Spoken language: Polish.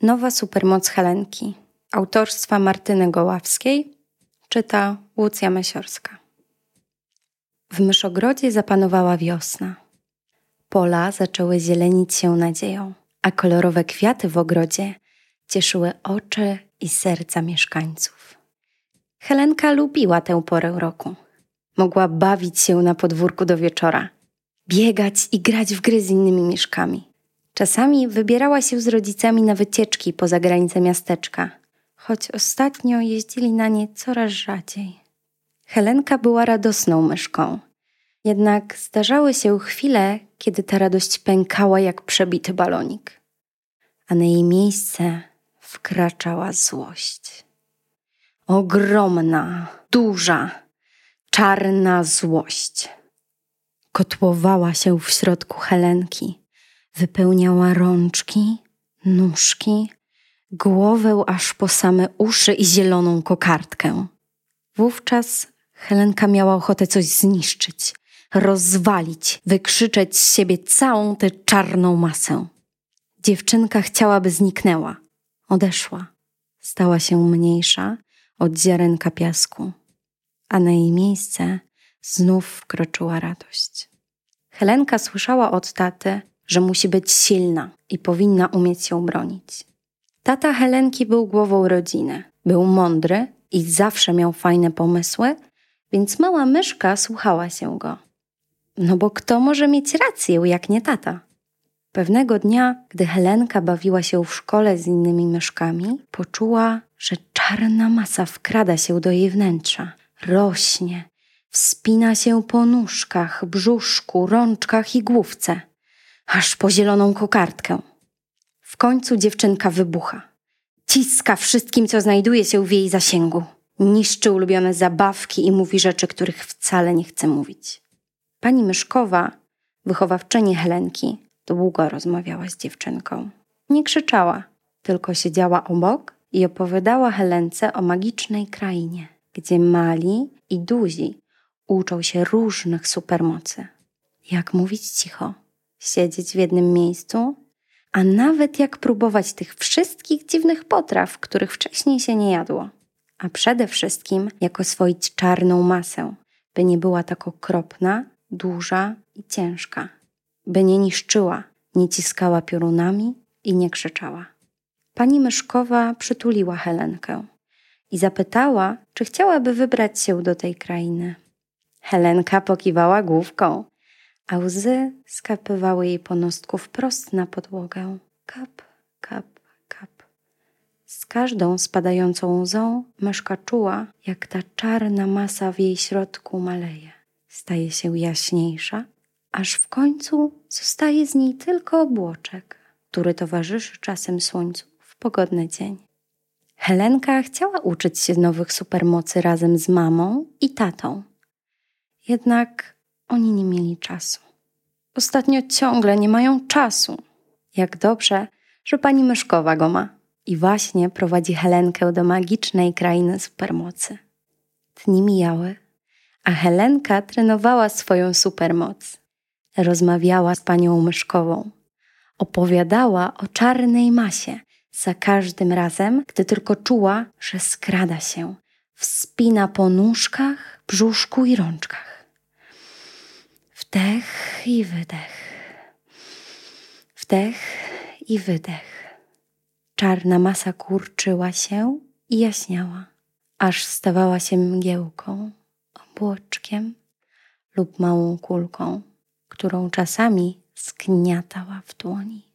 Nowa supermoc Helenki. Autorstwa Martyny Goławskiej. Czyta Łucja Mesiorska. W myszogrodzie zapanowała wiosna. Pola zaczęły zielenić się nadzieją, a kolorowe kwiaty w ogrodzie cieszyły oczy i serca mieszkańców. Helenka lubiła tę porę roku. Mogła bawić się na podwórku do wieczora, biegać i grać w gry z innymi mieszkami. Czasami wybierała się z rodzicami na wycieczki poza granice miasteczka, choć ostatnio jeździli na nie coraz rzadziej. Helenka była radosną myszką, jednak zdarzały się chwile, kiedy ta radość pękała jak przebity balonik, a na jej miejsce wkraczała złość. Ogromna, duża, czarna złość. Kotłowała się w środku Helenki. Wypełniała rączki, nóżki, głowę aż po same uszy i zieloną kokardkę. Wówczas Helenka miała ochotę coś zniszczyć, rozwalić, wykrzyczeć z siebie całą tę czarną masę. Dziewczynka chciałaby zniknęła. Odeszła. Stała się mniejsza od ziarenka piasku, a na jej miejsce znów wkroczyła radość. Helenka słyszała od taty, że musi być silna i powinna umieć się bronić. Tata Helenki był głową rodziny. Był mądry i zawsze miał fajne pomysły, więc mała myszka słuchała się go. No bo kto może mieć rację, jak nie tata? Pewnego dnia, gdy Helenka bawiła się w szkole z innymi myszkami, poczuła, że czarna masa wkrada się do jej wnętrza. Rośnie, wspina się po nóżkach, brzuszku, rączkach i główce, aż po zieloną kokardkę. W końcu dziewczynka wybucha. Ciska wszystkim, co znajduje się w jej zasięgu. Niszczy ulubione zabawki i mówi rzeczy, których wcale nie chce mówić. Pani Myszkowa, wychowawczyni Helenki, długo rozmawiała z dziewczynką. Nie krzyczała, tylko siedziała obok i opowiadała Helence o magicznej krainie, gdzie mali i duzi uczą się różnych supermocy. Jak mówić cicho, siedzieć w jednym miejscu, a nawet jak próbować tych wszystkich dziwnych potraw, których wcześniej się nie jadło. A przede wszystkim jak oswoić czarną masę, by nie była tak okropna, duża i ciężka, by nie niszczyła, nie ciskała piorunami i nie krzyczała. Pani Myszkowa przytuliła Helenkę i zapytała, czy chciałaby wybrać się do tej krainy. Helenka pokiwała główką, a łzy skapywały jej po nostku wprost na podłogę. Kap, kap, kap. Z każdą spadającą łzą myszka czuła, jak ta czarna masa w jej środku maleje. Staje się jaśniejsza, aż w końcu zostaje z niej tylko obłoczek, który towarzyszy czasem słońcu w pogodny dzień. Helenka chciała uczyć się nowych supermocy razem z mamą i tatą. Jednak oni nie mieli czasu. Ostatnio ciągle nie mają czasu. Jak dobrze, że pani Myszkowa go ma i właśnie prowadzi Helenkę do magicznej krainy supermocy. Dni mijały, a Helenka trenowała swoją supermoc. Rozmawiała z panią Myszkową. Opowiadała o czarnej masie za każdym razem, gdy tylko czuła, że skrada się. Wspina po nóżkach, brzuszku i rączkach. Wdech i wydech. Wdech i wydech. Czarna masa kurczyła się i jaśniała, aż stawała się mgiełką, obłoczkiem lub małą kulką, którą czasami zgniatała w dłoni.